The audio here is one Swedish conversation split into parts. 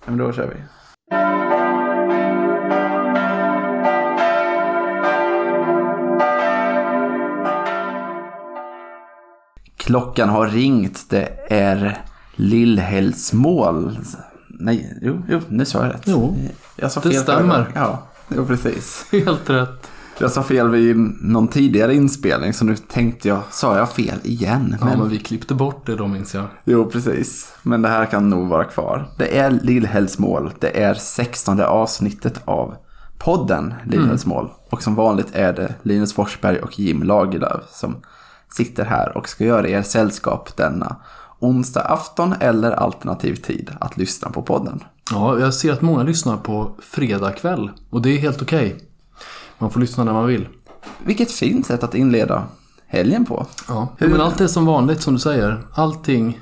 Men då kör vi. Klockan har ringt. Det är Lillhällsmål. Nej, jo, nu sa jag rätt. Jo, jag sa det fel stämmer. Ja, precis. Helt rätt. Jag sa fel vid någon tidigare inspelning, så nu tänkte jag, sa jag fel igen? Men vi klippte bort det då, minns jag. Jo, precis. Men det här kan nog vara kvar. Det är Lillhällsmål. Det är 16:e avsnittet av podden Lillhällsmål. Och som vanligt är det Linus Forsberg och Jim Lagerlöf som sitter här och ska göra er sällskap denna onsdag afton eller alternativ tid att lyssna på podden. Ja, jag ser att många lyssnar på fredag kväll och det är helt okej. Man får lyssna när man vill. Vilket fint sätt att inleda helgen på. Ja, men allt är som vanligt som du säger. Allting,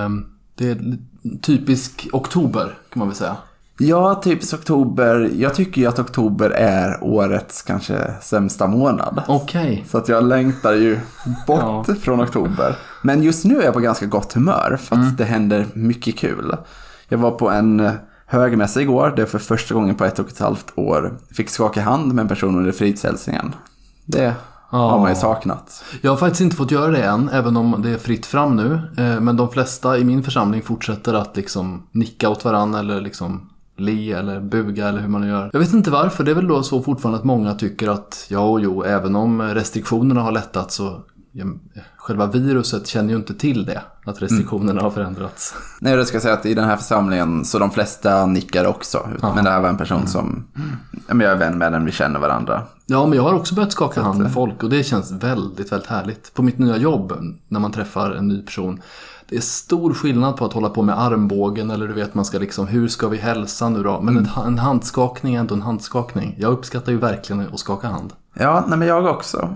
det är typisk oktober kan man väl säga. Ja, typiskt oktober. Jag tycker ju att oktober är årets kanske sämsta månad. Okej. Så att jag längtar ju bort från oktober. Men just nu är jag på ganska gott humör för att det händer mycket kul. Jag var på en högmässa igår. Det är för första gången på 1,5 år. Fick skaka hand med en person under fridshälsningen. Det har man ju saknat. Jag har faktiskt inte fått göra det än, även om det är fritt fram nu. Men de flesta i min församling fortsätter att liksom nicka åt varann eller liksom le eller buga eller hur man nu gör. Jag vet inte varför, det är väl då så fortfarande att många tycker att även om restriktionerna har lättat så själva viruset känner ju inte till det, att restriktionerna har förändrats. Nej, jag ska säga att i den här församlingen så de flesta nickar också. Men det här var en person som jag är vän med den, vi känner varandra. Ja, men jag har också börjat skaka hand med folk och det känns väldigt, väldigt härligt. På mitt nya jobb, när man träffar en ny person, det är stor skillnad på att hålla på med armbågen eller du vet, man ska liksom, hur ska vi hälsa nu då? Men en handskakning är ändå en handskakning. Jag uppskattar ju verkligen att skaka hand. Ja, men jag också.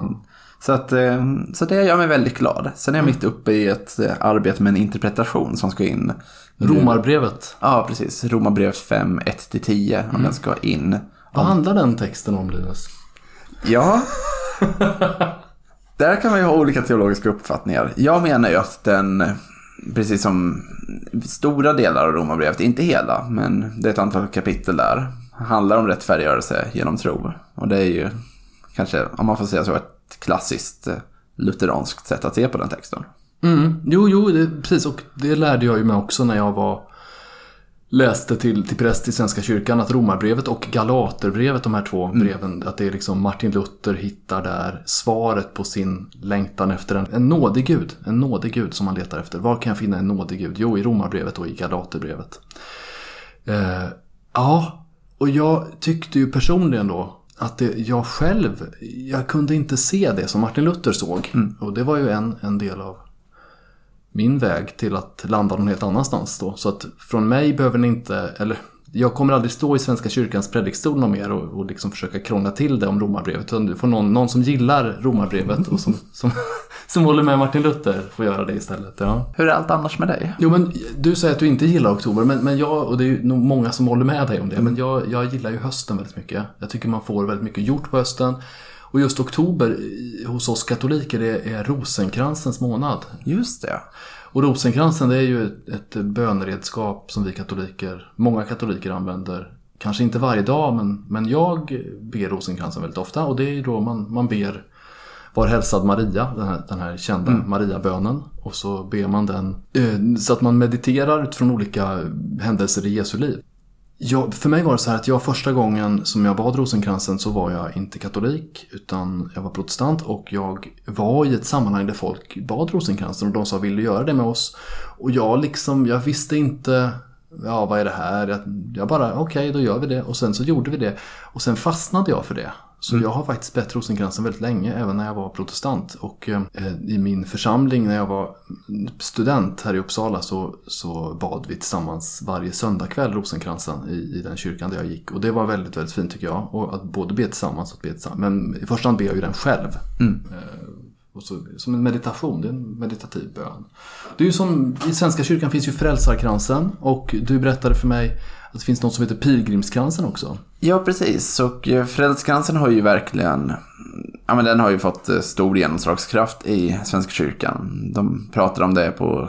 Så det gör mig väldigt glad. Sen är jag mitt uppe i ett arbete med en interpretation som ska in. Romarbrevet. Ja, precis. Romarbrevet 5, 1-10. Om den ska in. Vad handlar den texten om, Linus? Ja. Där kan man ju ha olika teologiska uppfattningar. Jag menar ju att den, precis som stora delar av Romarbrevet, inte hela, men det är ett antal kapitel där, handlar om rättfärdiggörelse genom tro. Och det är ju kanske, om man får säga så, ett klassiskt lutheranskt sätt att se på den texten. Jo, precis. Och det lärde jag ju mig också när jag läste till präst i Svenska kyrkan, att Romarbrevet och Galaterbrevet, de här två breven, att det är liksom Martin Luther hittar där svaret på sin längtan efter en nådig Gud som man letar efter. Var kan jag finna en nådig Gud? Jo, i Romarbrevet och i Galaterbrevet. Och jag tyckte ju personligen då att jag kunde inte se det som Martin Luther såg. Och det var ju en del av min väg till att landa någon helt annanstans då. Så att från mig behöver ni inte, eller jag kommer aldrig stå i Svenska kyrkans predikstol någon mer och liksom försöka krångla till det om Romarbrevet. Utan du får någon som gillar Romarbrevet och som håller med Martin Luther får göra det istället. Ja. Hur är allt annars med dig? Jo, men du säger att du inte gillar oktober, men jag, och det är ju nog många som håller med dig om det, men jag gillar ju hösten väldigt mycket. Jag tycker man får väldigt mycket gjort på hösten. Och just oktober hos oss katoliker är rosenkransens månad. Just det. Och rosenkransen, det är ju ett böneredskap som många katoliker använder. Kanske inte varje dag, men jag ber rosenkransen väldigt ofta. Och det är ju då man ber Var hälsad Maria, den här kända Maria-bönen. Och så ber man den så att man mediterar utifrån olika händelser i Jesu liv. För mig var det så här att första gången som jag bad rosenkransen så var jag inte katolik utan jag var protestant, och jag var i ett sammanhang där folk bad rosenkransen och de sa, vill du göra det med oss? Och jag visste inte, vad är det här? Jag bara, okej, då gör vi det. Och sen så gjorde vi det. Och sen fastnade jag för det. Så jag har faktiskt bett rosenkransen väldigt länge, även när jag var protestant. Och i min församling när jag var student här i Uppsala så bad vi tillsammans varje söndagkväll rosenkransen i den kyrkan där jag gick. Och det var väldigt, väldigt fint tycker jag. Och att både be tillsammans och be tillsammans. Men i första hand ber jag ju den själv. Och så, som en meditation, det är en meditativ bön. Det är ju som, i Svenska kyrkan finns ju frälsarkransen. Och du berättade för mig att det finns något som heter pilgrimskransen också. Ja, precis. Och frälskransen har ju verkligen, men den har ju fått stor genomslagskraft i Svenska kyrkan. De pratar om det på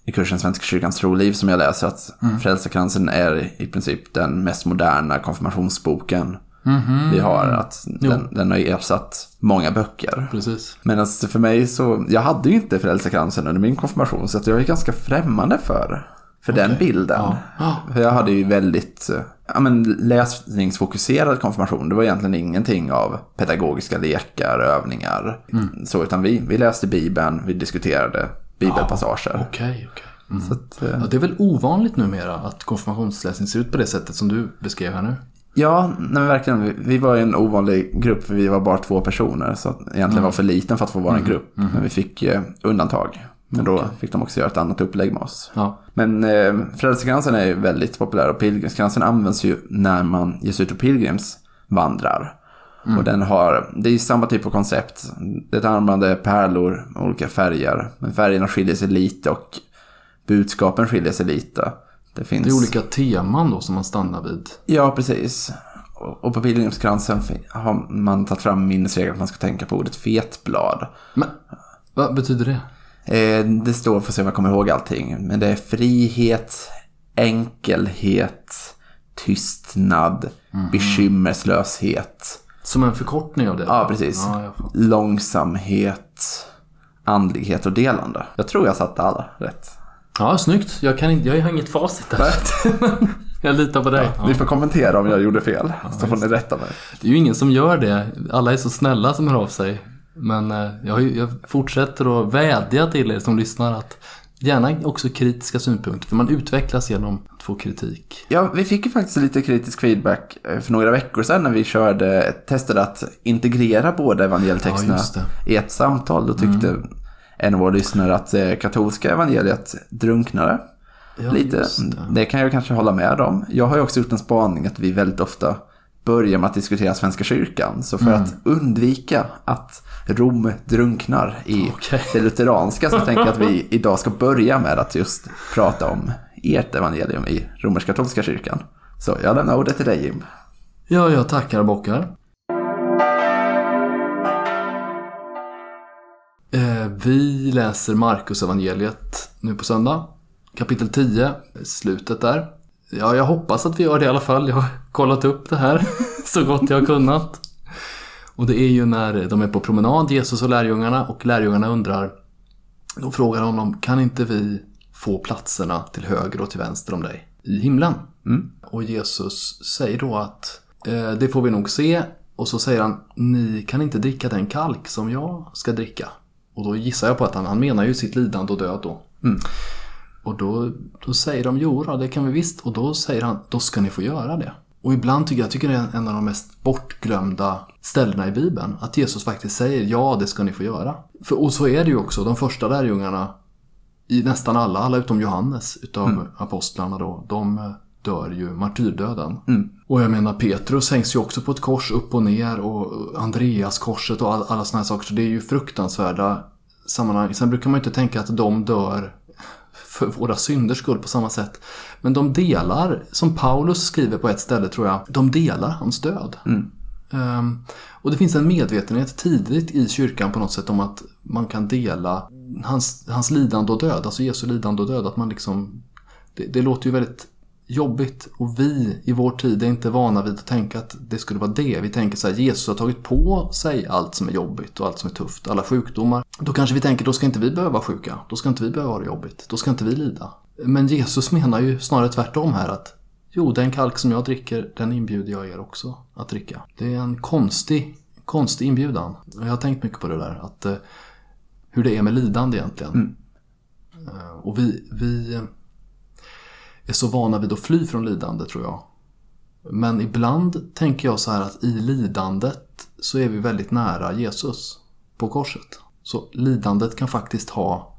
i kursen Svenska kyrkans troliv som jag läser att Frälsarkransen är i princip den mest moderna konfirmationsboken vi har. Att den har ersatt många böcker. Precis. Men alltså för mig så, jag hade ju inte Frälsarkransen under min konfirmation så att jag är ganska främmande för den bilden. Ja. För jag hade ju väldigt läsningsfokuserad konfirmation. Det var egentligen ingenting av pedagogiska lekar, övningar. Så, utan vi läste Bibeln, vi diskuterade bibelpassager. Okej. Så att, det är väl ovanligt numera att konfirmationsläsning ser ut på det sättet som du beskrev här nu? Ja, men verkligen. Vi var en ovanlig grupp för vi var bara 2 personer. Så att egentligen var för liten för att få vara en grupp. Men vi fick undantag. Men då fick de också göra ett annat upplägg med oss. Ja. Men Frälsarkransen är ju väldigt populär och pilgrimskransen används ju när man ger sig ut och pilgrimsvandrar. Och det är ju samma typ av koncept. Det är armband, pärlor, olika färger. Men färgerna skiljer sig lite och budskapen skiljer sig lite. Det är olika teman då som man stannar vid. Ja, precis. Och på pilgrimskransen har man tagit fram minnesregler att man ska tänka på ordet fetblad. Men vad betyder det? Det står, för att se om jag kommer ihåg allting. Men det är frihet, enkelhet, tystnad, bekymmerslöshet. Som en förkortning av det? Ja, precis. Långsamhet, andlighet och delande. Jag tror jag satte alla rätt. Ja, snyggt. Jag har inget facit där. Jag litar på dig. Ni får kommentera om jag gjorde fel. Så får ni rätta mig. Det är ju ingen som gör det. Alla är så snälla som hör av sig. Men jag fortsätter att vädja till er som lyssnar att gärna också kritiska synpunkter. För man utvecklas genom att få kritik. Ja, vi fick ju faktiskt lite kritisk feedback för några veckor sedan när vi testade att integrera båda evangelietexterna i ett samtal. Då tyckte en av våra lyssnare att katolska evangeliet drunknade lite. Det kan jag kanske hålla med om. Jag har ju också gjort en spaning att vi väldigt ofta börjar med att diskutera Svenska kyrkan. Så för att undvika att Rom drunknar i det lutheranska så tänker jag att vi idag ska börja med att just prata om ert evangelium i romersk-katolska kyrkan. Så jag lämnar ordet till dig, Jim. Ja, jag tackar och bockar. Vi läser Markus evangeliet nu på söndag. Kapitel 10, slutet där. Ja, jag hoppas att vi gör det i alla fall. Jag har kollat upp det här så gott jag har kunnat. Och det är ju när de är på promenad, Jesus och lärjungarna. Och lärjungarna undrar, de frågar honom, kan inte vi få platserna till höger och till vänster om dig i himlen? Och Jesus säger då att det får vi nog se. Och så säger han, ni kan inte dricka den kalk som jag ska dricka. Och då gissar jag på att han menar ju sitt lidande och död då. Och då säger de, jo då, det kan vi visst. Och då säger han, då ska ni få göra det. Och ibland tycker jag det är en av de mest bortglömda ställena i Bibeln. Att Jesus faktiskt säger, ja det ska ni få göra. Och så är det ju också, de första lärjungarna, i nästan alla utom Johannes utav apostlarna då, de dör ju martyrdöden. Och jag menar, Petrus hängs ju också på ett kors upp och ner, och Andreas korset och alla såna här saker. Så det är ju fruktansvärda sammanhang. Sen brukar man ju inte tänka att de dör för våra synders skull på samma sätt. Men de delar, som Paulus skriver på ett ställe tror jag, de delar hans död. Och det finns en medvetenhet tidigt i kyrkan på något sätt om att man kan dela hans lidande och död, alltså Jesu lidande och död, att man liksom, det låter ju väldigt jobbigt, och vi i vår tid är inte vana vid att tänka att det skulle vara det. Vi tänker så här, Jesus har tagit på sig allt som är jobbigt och allt som är tufft, alla sjukdomar. Då kanske vi tänker, då ska inte vi behöva vara sjuka, då ska inte vi behöva ha det jobbigt, då ska inte vi lida. Men Jesus menar ju snarare tvärtom här, att jo, den kalk som jag dricker, den inbjuder jag er också att dricka. Det är en konstig inbjudan. Jag har tänkt mycket på det där, att hur det är med lidande egentligen. Och vi är så vana vid att fly från lidande, tror jag. Men ibland tänker jag så här, att i lidandet så är vi väldigt nära Jesus på korset. Så lidandet kan faktiskt ha,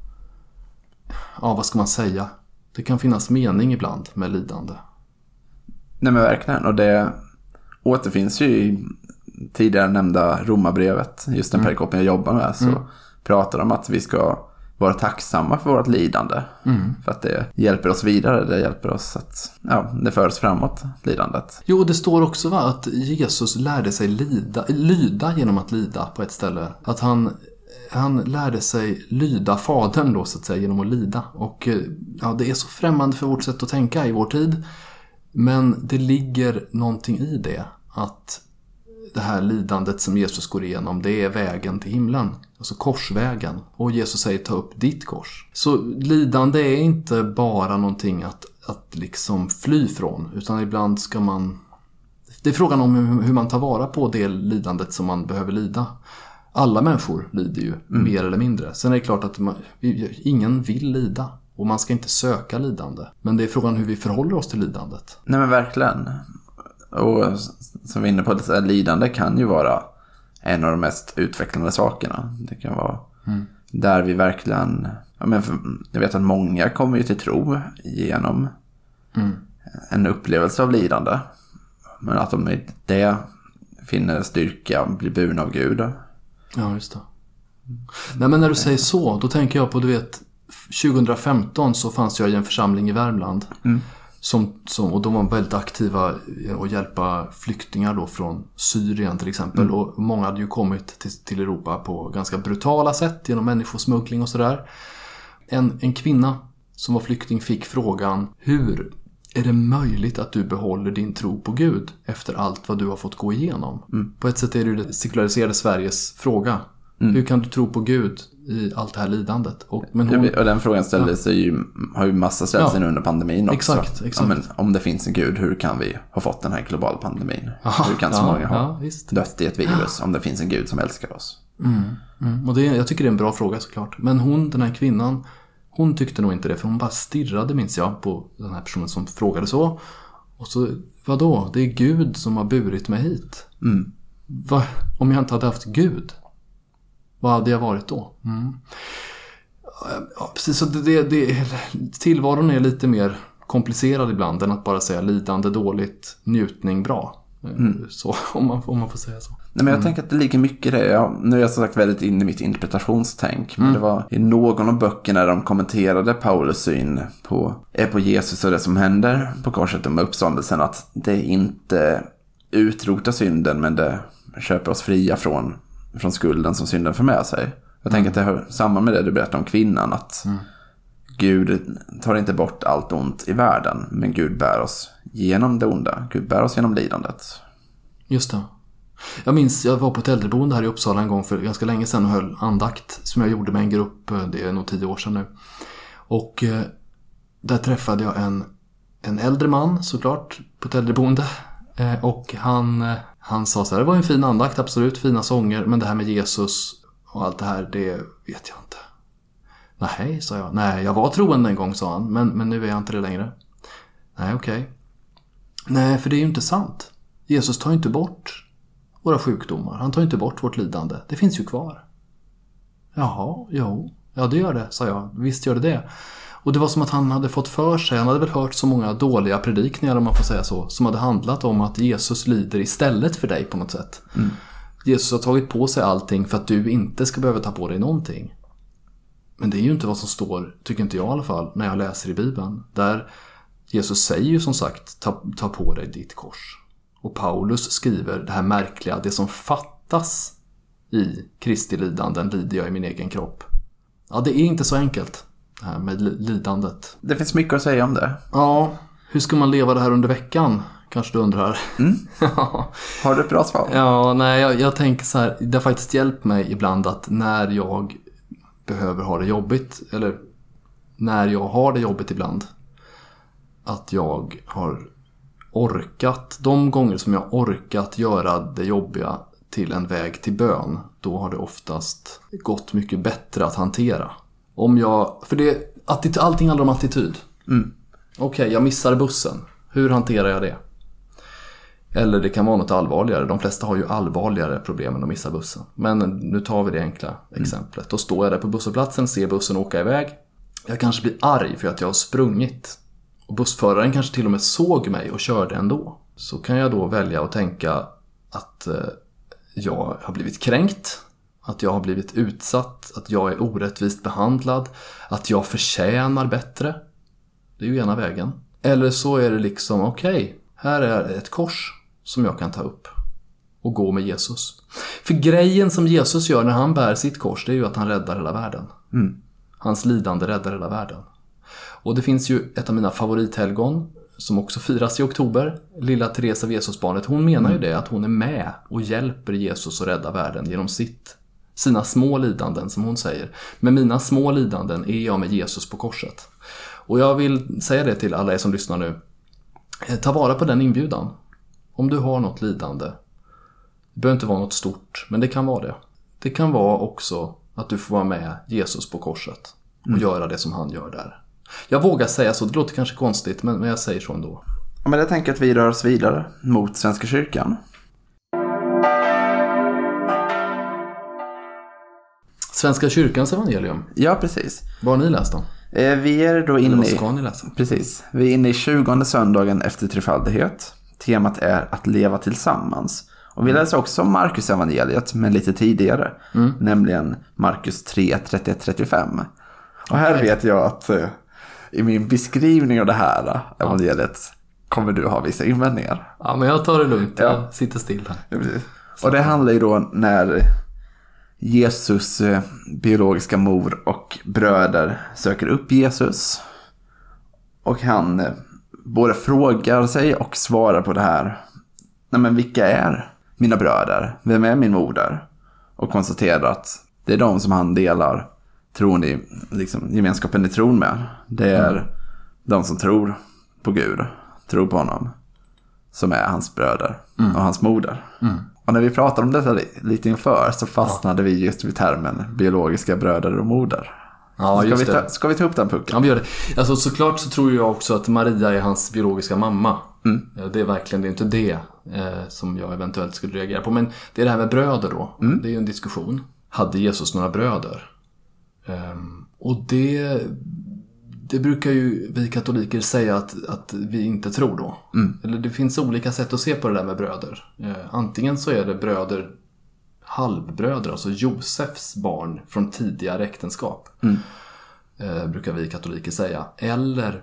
ja vad ska man säga, det kan finnas mening ibland med lidande. Nej men verkligen, och det återfinns ju i tidigare nämnda Romarbrevet, just den perikopen jag jobbar med, så pratar de om att vi ska vara tacksamma för vårt lidande. För att det hjälper oss vidare, det hjälper oss att, ja, det för oss framåt, lidandet. Jo, det står också att Jesus lärde sig lyda genom att lida på ett ställe. Att han han lärde sig lyda fadern då så att säga genom att lida. Och ja, det är så främmande för vårt sätt att tänka i vår tid. Men det ligger någonting i det. Att det här lidandet som Jesus går igenom, det är vägen till himlen. Alltså korsvägen. Och Jesus säger ta upp ditt kors. Så lidande är inte bara någonting att liksom fly från. Utan ibland ska man... Det är frågan om hur man tar vara på det lidandet som man behöver lida. Alla människor lider ju, mer eller mindre. Sen är det klart att ingen vill lida. Och man ska inte söka lidande. Men det är frågan hur vi förhåller oss till lidandet. Nej men verkligen. Och som vi är inne på, det lidande kan ju vara en av de mest utvecklande sakerna. Det kan vara där vi verkligen... jag vet att många kommer ju till tro genom en upplevelse av lidande. Men att de i det finner styrka, blir burna av Gud. Ja, just det. Nej, men när du säger så, då tänker jag på, du vet, 2015 så fanns jag i en församling i Värmland. Och de var väldigt aktiva att hjälpa flyktingar då från Syrien till exempel. Och många hade ju kommit till Europa på ganska brutala sätt genom människosmuggling och sådär. En kvinna som var flykting fick frågan: hur är det möjligt att du behåller din tro på Gud efter allt vad du har fått gå igenom? På ett sätt är det ju det sekulariserade Sveriges fråga. Hur kan du tro på Gud i allt det här lidandet? Och den frågan ställde sig ju, har ju massa ställt sig under pandemin också. Exakt. Ja, men om det finns en Gud, hur kan vi ha fått den här globala pandemin? Hur kan så många ha dött i ett virus om det finns en Gud som älskar oss? Och jag tycker det är en bra fråga såklart. Men den här kvinnan, hon tyckte nog inte det, för hon bara stirrade, minns jag, på den här personen som frågade så. Och så, vadå? Det är Gud som har burit mig hit. Om jag inte hade haft Gud, vad hade jag varit då? Ja, precis, så tillvaron är lite mer komplicerad ibland än att bara säga lidande dåligt, njutning bra. Så, om man får säga så. Nej, men jag tänker att det ligger mycket i det. Nu är jag som sagt väldigt inne i mitt interpretationstänk. Men det var i någon av böckerna där de kommenterade Paulus syn på Jesus och det som händer på korset och med uppståndelsen, att det inte utrotar synden, men det köper oss fria från skulden som synden för med sig. Jag tänker att det hör samman med det du berättade om kvinnan, att Gud tar inte bort allt ont i världen, men Gud bär oss genom det onda. Gud bär oss genom lidandet. Just det. Jag minns, jag var på ett äldreboende här i Uppsala en gång för ganska länge sedan och höll andakt som jag gjorde med en grupp, det är nog 10 år sedan nu. Och där träffade jag en äldre man såklart på ett äldreboende. Och han sa så här: det var en fin andakt, absolut, fina sånger, men det här med Jesus och allt det här, det vet jag inte. Nej, sa jag. Nej, jag var troende en gång, sa han, men nu är jag inte det längre. Nej, okej. Nej, för det är ju inte sant. Jesus tar inte bort våra sjukdomar. Han tar inte bort vårt lidande. Det finns ju kvar. Jaha, jo. Ja, det gör det, sa jag. Visst gör det. Och det var som att han hade fått för sig, han hade väl hört så många dåliga predikningar, om man får säga så, som hade handlat om att Jesus lider istället för dig på något sätt. Jesus har tagit på sig allting för att du inte ska behöva ta på dig någonting. Men det är ju inte vad som står, tycker inte jag i alla fall, när jag läser i Bibeln. Där Jesus säger ju som sagt, ta på dig ditt kors. Och Paulus skriver det här märkliga, det som fattas i Kristi lidanden lider jag i min egen kropp. Ja, det är inte så enkelt, det här med lidandet. Det finns mycket att säga om det. Ja, hur ska man leva det här under veckan? Kanske du undrar. Har du ett bra svar? Ja, nej, jag tänker så här, det har faktiskt hjälpt mig ibland att när jag behöver ha det jobbigt, eller när jag har det jobbigt ibland, att jag har orkat, de gånger som jag orkat göra det jobbiga till en väg till bön, då har det oftast gått mycket bättre att hantera. Allting handlar om attityd. Okej, jag missar bussen. Hur hanterar jag det? Eller det kan vara något allvarligare. De flesta har ju allvarligare problem än att missa bussen. Men nu tar vi det enkla exemplet. Då står jag där på busshållplatsen, ser bussen åka iväg. Jag kanske blir arg för att jag har sprungit. Och bussföraren kanske till och med såg mig och körde ändå. Så kan jag då välja att tänka att jag har blivit kränkt. Att jag har blivit utsatt. Att jag är orättvist behandlad. Att jag förtjänar bättre. Det är ju ena vägen. Eller så är det liksom, okej, här är ett kors som jag kan ta upp. och gå med Jesus. För grejen som Jesus gör när han bär sitt kors, det är ju att han räddar hela världen. Hans lidande räddar hela världen. Och det finns ju ett av mina favorithelgon som också firas i oktober, lilla Teresa av Jesusbarnet. Hon menar ju det, att hon är med och hjälper Jesus att rädda världen genom sina små lidanden, som hon säger. Med mina små lidanden är jag med Jesus på korset. Och jag vill säga det till alla er som lyssnar nu. Ta vara på den inbjudan. Om du har något lidande. Det behöver inte vara något stort, men det kan vara det. Det kan vara också att du får vara med Jesus på korset och göra det som han gör där. Jag vågar säga så, det låter kanske konstigt, men jag säger så ändå. Ja, men jag tänker att vi rör oss vidare mot Svenska kyrkan. Svenska kyrkans evangelium. Ja, precis. Vad har ni läst då? Vi är då inne ska ni läsa? Precis. Vi är inne i 20:e söndagen efter trefaldighet. Temat är att leva tillsammans. Och vi läser också Markus evangeliet, men lite tidigare. Nämligen Markus 3, 31-35. Och här vet jag att i min beskrivning av det här evangeliet kommer du ha vissa invändningar. Ja, men jag tar det lugnt. Jag sitter still här. Ja, precis. Och det handlar ju då när Jesus biologiska mor och bröder söker upp Jesus. Och han både frågar sig och svarar på det här. Nej, men vilka är mina bröder? Vem är min moder? Och konstaterar att det är de som han delar tron i, liksom gemenskapen i tron med. Det är de som tror på Gud, tror på honom, som är hans bröder och hans moder. Och när vi pratar om detta lite inför så fastnade vi just vid termen biologiska bröder och moder. Ja, ska vi ta upp den pucken? Ja, vi gör det. Alltså, såklart så tror jag också att Maria är hans biologiska mamma. Det är verkligen det är inte det som jag eventuellt skulle reagera på. Men det är det här med bröder då. Det är ju en diskussion. Hade Jesus några bröder? Och det brukar ju vi katoliker säga att vi inte tror då. Eller det finns olika sätt att se på det där med bröder. Antingen så är det bröder, halvbröder, alltså Josefs barn från tidigare äktenskap. Brukar vi katoliker säga. Eller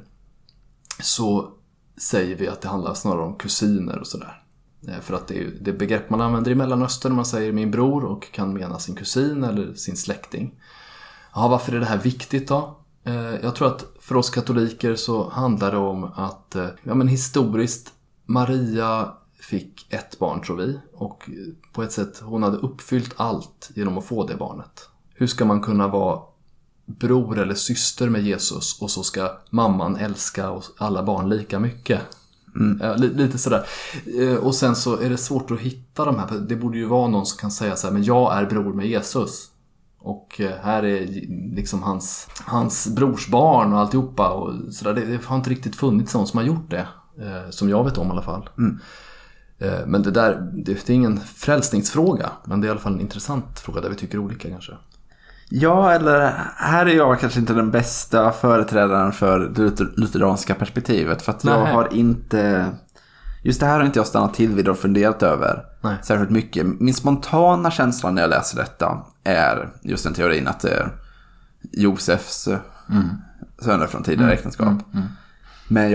så säger vi att det handlar snarare om kusiner och sådär. För att det är det begrepp man använder i Mellanöstern när man säger min bror och kan mena sin kusin eller sin släkting. Ja, varför är det här viktigt då? Jag tror att för oss katoliker så handlar det om att historiskt Maria fick ett barn, tror vi, och på ett sätt hon hade uppfyllt allt genom att få det barnet. Hur ska man kunna vara bror eller syster med Jesus och så ska mamman älska alla barn lika mycket? Lite sådär. Och sen så är det svårt att hitta de här. Det borde ju vara någon som kan säga så här: men jag är bror med Jesus. Och här är liksom hans brorsbarn och alltihopa och sådär. Det har inte riktigt funnits någon som har gjort det. Som jag vet om i alla fall. Men det är ingen frälsningsfråga. Men det är i alla fall en intressant fråga där vi tycker olika kanske. Ja, eller här är jag kanske inte den bästa företrädaren för det lutheranska perspektivet. För att jag har inte... Just det här har inte jag stannat till vid och funderat över särskilt mycket. Min spontana känsla när jag läser detta är just den teorin att det är Josefs söner från tidigare äktenskap. Men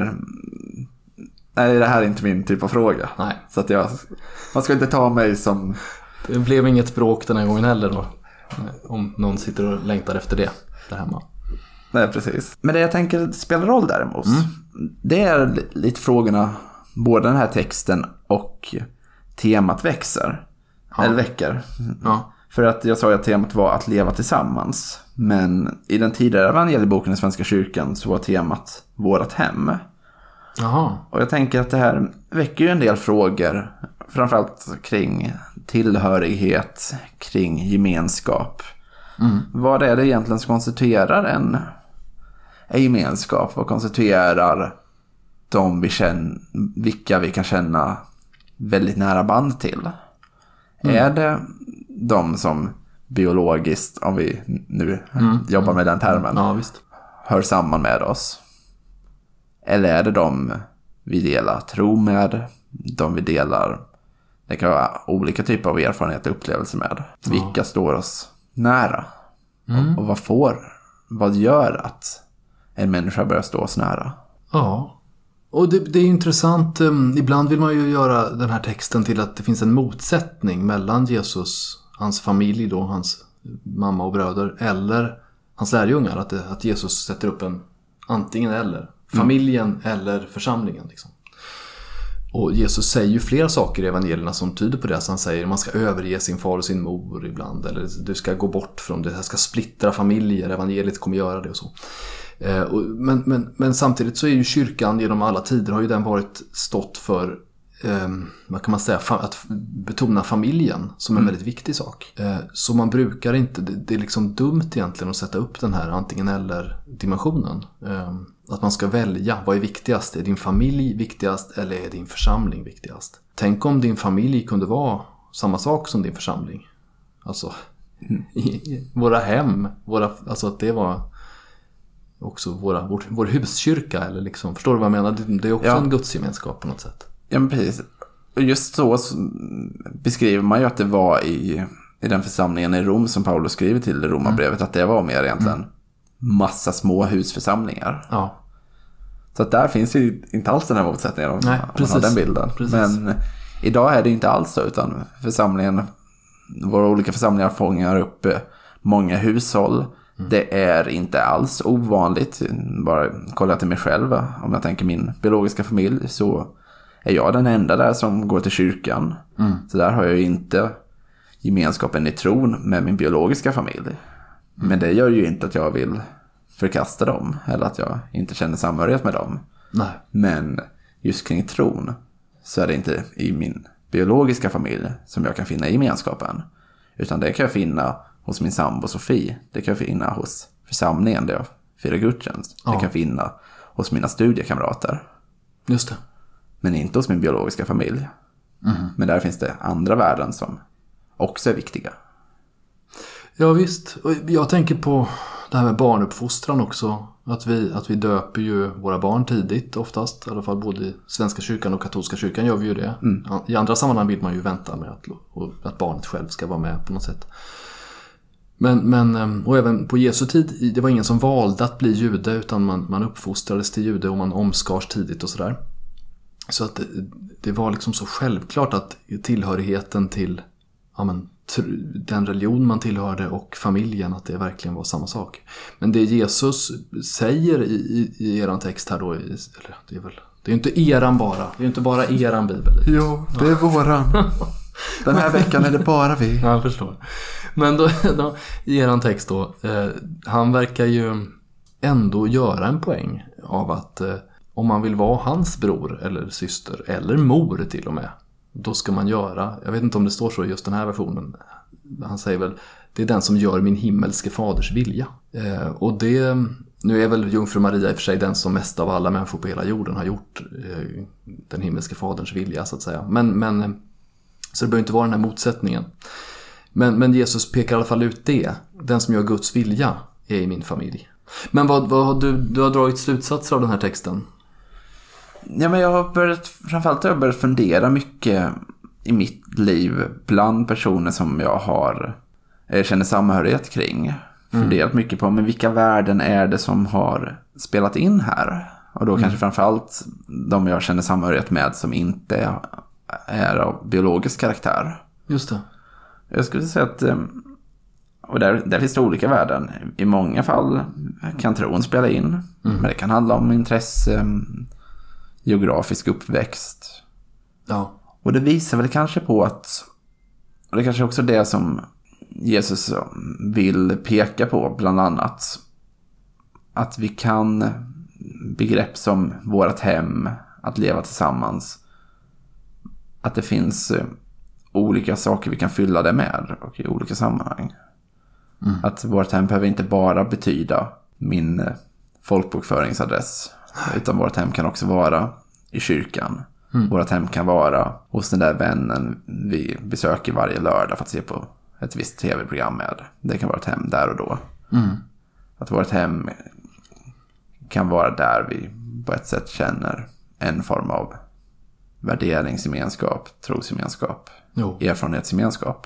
nej, det här är inte min typ av fråga. Nej. Så att man ska inte ta mig som... Det blev inget bråk den här gången heller då. Om någon sitter och längtar efter det där hemma. Nej, precis. Men det jag tänker spelar roll däremot, det är lite frågorna, både den här texten och temat växer. Eller väcker. För att jag sa att temat var att leva tillsammans. Men i den tidigare evangelieboken i Svenska kyrkan så var temat vårat hem. Jaha. Och jag tänker att det här väcker ju en del frågor, framförallt kring tillhörighet, kring gemenskap. Vad är det egentligen som konstituerar en gemenskap? Vad konstituerar vilka vi kan känna väldigt nära band till? Är det de som biologiskt, om vi nu jobbar med den termen, hör samman med oss? Eller är det de vi delar tro med, de vi delar, det kan vara olika typer av erfarenhet och upplevelser med. Vilka står oss nära? Och vad gör att en människa börjar stå oss nära? Ja, Och det är intressant, ibland vill man ju göra den här texten till att det finns en motsättning mellan Jesus, hans familj då, hans mamma och bröder, eller hans lärjungar. Att Jesus sätter upp en antingen eller, familjen eller församlingen liksom. Och Jesus säger ju flera saker i evangelierna som tyder på det. Så han säger att man ska överge sin far och sin mor ibland. Eller du ska gå bort från det. Det här ska splittra familjer. Evangeliet kommer göra det och så. Men samtidigt så är ju kyrkan genom alla tider har ju den stått för vad kan man säga, att betona familjen som en väldigt viktig sak. Så man brukar inte, det är liksom dumt egentligen att sätta upp den här antingen eller dimensionen. Att man ska välja, vad är viktigast? Är din familj viktigast eller är din församling viktigast? Tänk om din familj kunde vara samma sak som din församling. Alltså våra hem, alltså att det var också vår huskyrka eller liksom, förstår du vad jag menar? Det är också en gudsgemenskap på något sätt. Ja, men precis. Och just så beskriver man ju att det var i den församlingen i Rom som Paulus skriver till i Romarbrevet, att det var mer egentligen massa små husförsamlingar. Ja. Så att där finns ju inte alls den här motsättningen. Nej, precis. Man har den bilden. Precis. Men idag är det inte alls så, utan våra olika församlingar fångar upp många hushåll. Det är inte alls ovanligt. Bara kolla till mig själv. Om jag tänker min biologiska familj, så är jag den enda där som går till kyrkan. Så där har jag ju inte gemenskapen i tron med min biologiska familj. Men det gör ju inte att jag vill förkasta dem eller att jag inte känner samhörighet med dem. Nej. Men just kring tron så är det inte i min biologiska familj som jag kan finna gemenskapen. Utan det kan jag finna hos min sambo Sofie. Det kan jag finna hos församlingen där jag firar gudstjänst. Det kan jag finna hos mina studiekamrater. Just det. Men inte hos min biologiska familj. Men där finns det andra värden som också är viktiga. Ja visst. Och jag tänker på det här med barnuppfostran också. Att vi döper ju våra barn tidigt oftast. I alla fall både i Svenska kyrkan och katolska kyrkan gör vi ju det. I andra sammanhang vill man ju vänta med att barnet själv ska vara med på något sätt. Men och även på Jesu tid, det var ingen som valde att bli jude, utan man uppfostrades till jude och man omskars tidigt och sådär. Så att det var liksom så självklart att tillhörigheten till den religion man tillhörde och familjen, att det verkligen var samma sak. Men det Jesus säger i eran text här då, det är ju inte eran bara, det är ju inte bara eran bibel. Jo, det är våran. Den här veckan är det bara vi. Ja, jag förstår. Men då i eran text då, han verkar ju ändå göra en poäng av att om man vill vara hans bror eller syster eller mor till och med, då ska man göra, jag vet inte om det står så i just den här versionen, han säger väl, det är den som gör min himmelske faders vilja. Och det, nu är väl Jungfru Maria i och för sig den som mest av alla människor på hela jorden har gjort den himmelske faderns vilja så att säga. Men så det behöver inte vara den här motsättningen. Men Jesus pekar i alla fall ut det. Den som gör Guds vilja är i min familj. Men vad har du har dragit slutsatser av den här texten? Ja, men jag har börjat fundera mycket i mitt liv bland personer som jag känner samhörighet kring. Funderat mycket på, men vilka värden är det som har spelat in här? Och då kanske framförallt de jag känner samhörighet med som inte är av biologisk karaktär. Just det. Jag skulle säga att och där finns det olika värden. I många fall kan tron spela in. Men det kan handla om intresse, geografisk uppväxt. Ja. Och det visar väl kanske på att, och det kanske också det som Jesus vill peka på bland annat, att vi kan begrepp som vårt hem, att leva tillsammans, att det finns olika saker vi kan fylla det med och i olika sammanhang. Att vårt hem behöver inte bara betyda min folkbokföringsadress, utan vårt hem kan också vara i kyrkan. Vårt hem kan vara hos den där vännen vi besöker varje lördag för att se på ett visst tv-program med. Det kan vara ett hem där och då. Att vårt hem kan vara där vi på ett sätt känner en form av värderingsgemenskap, trosgemenskap, erfarenhetsgemenskap.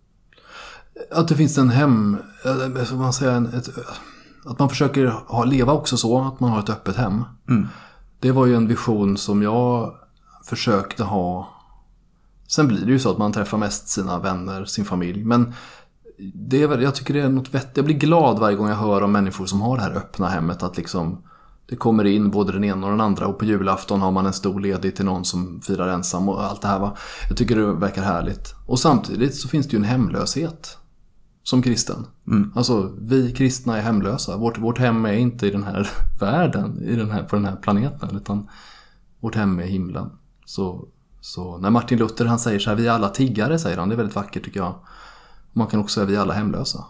Att det finns en hem, man säger att man försöker leva också så att man har ett öppet hem. Det var ju en vision som jag försökte ha. Sen blir det ju så att man träffar mest sina vänner, sin familj. Men jag tycker det är något vettigt. Jag blir glad varje gång jag hör om människor som har det här öppna hemmet. Att liksom, det kommer in både den ena och den andra. Och på julafton har man en stor ledig till någon som firar ensam och allt det här. Va? Jag tycker det verkar härligt. Och samtidigt så finns det ju en hemlöshet som kristen. Alltså vi kristna är hemlösa. Vårt hem är inte i den här världen, på den här planeten, utan vårt hem är himlen. Så när Martin Luther han säger så här, vi är alla tiggare, säger han, det är väldigt vackert tycker jag. Man kan också säga vi är alla hemlösa.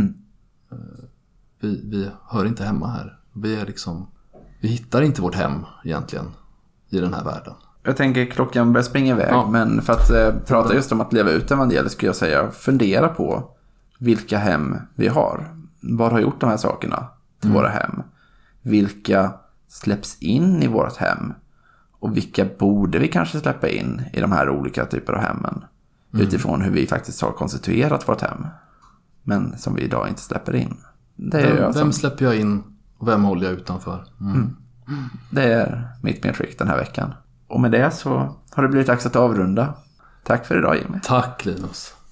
Vi hör inte hemma här. Vi hittar inte vårt hem egentligen i den här världen. Jag tänker klockan börjar springa iväg, men för att prata just om att leva ut evangeliet skulle jag säga, fundera på vilka hem vi har. Vad har gjort de här sakerna till våra hem? Vilka släpps in i vårt hem? Och vilka borde vi kanske släppa in i de här olika typer av hemmen? Utifrån hur vi faktiskt har konstituerat vårt hem. Men som vi idag inte släpper in. Vem släpper jag in och vem håller jag utanför? Det är mitt medskick den här veckan. Och med det så har det blivit dags att avrunda. Tack för idag, Jimmy. Tack, Linus.